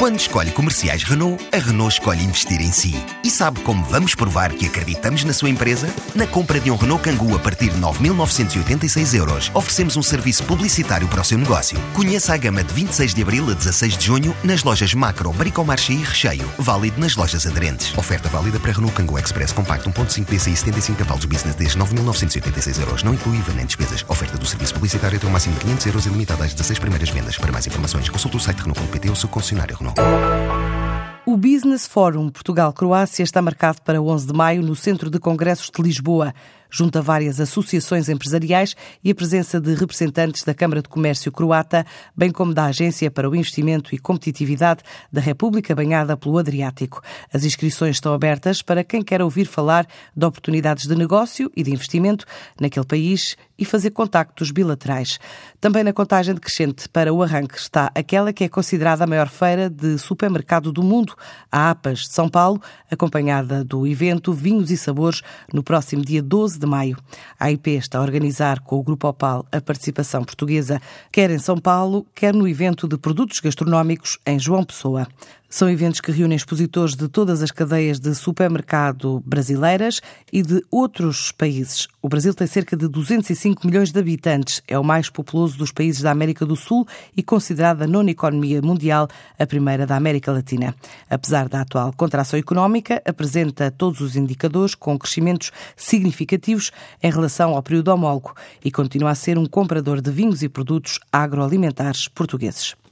Quando escolhe comerciais Renault, a Renault escolhe investir em si. E sabe como vamos provar que acreditamos na sua empresa? Na compra de um Renault Kangoo a partir de 9.986 €, oferecemos um serviço publicitário para o seu negócio. Conheça a gama de 26 de abril a 16 de junho nas lojas Macro, Bricomarché e Recheio. Válido nas lojas aderentes. Oferta válida para Renault Kangoo Express Compacto 1.5 DCI 75 cavalos Business desde 9.986 €. Não inclui IVA nem despesas. Oferta do serviço publicitário até um máximo de 500 € e limitada às 16 primeiras vendas. Para mais informações, consulte o site Renault.pt ou o seu concessionário Renault. O Business Forum Portugal-Croácia está marcado para 11 de maio no Centro de Congressos de Lisboa. Junta várias associações empresariais e a presença de representantes da Câmara de Comércio croata, bem como da Agência para o Investimento e Competitividade da República banhada pelo Adriático. As inscrições estão abertas para quem quer ouvir falar de oportunidades de negócio e de investimento naquele país e fazer contactos bilaterais. Também na contagem decrescente para o arranque está aquela que é considerada a maior feira de supermercado do mundo, a APAS de São Paulo, acompanhada do evento Vinhos e Sabores no próximo dia 12 de maio. A AIP está a organizar com o Grupo Opal a participação portuguesa, quer em São Paulo, quer no evento de produtos gastronómicos em João Pessoa. São eventos que reúnem expositores de todas as cadeias de supermercado brasileiras e de outros países. O Brasil tem cerca de 205 milhões de habitantes. É o mais populoso dos países da América do Sul e considerado a nona economia mundial, a primeira da América Latina. Apesar da atual contração económica, apresenta todos os indicadores com crescimentos significativos em relação ao período homólogo e continua a ser um comprador de vinhos e produtos agroalimentares portugueses.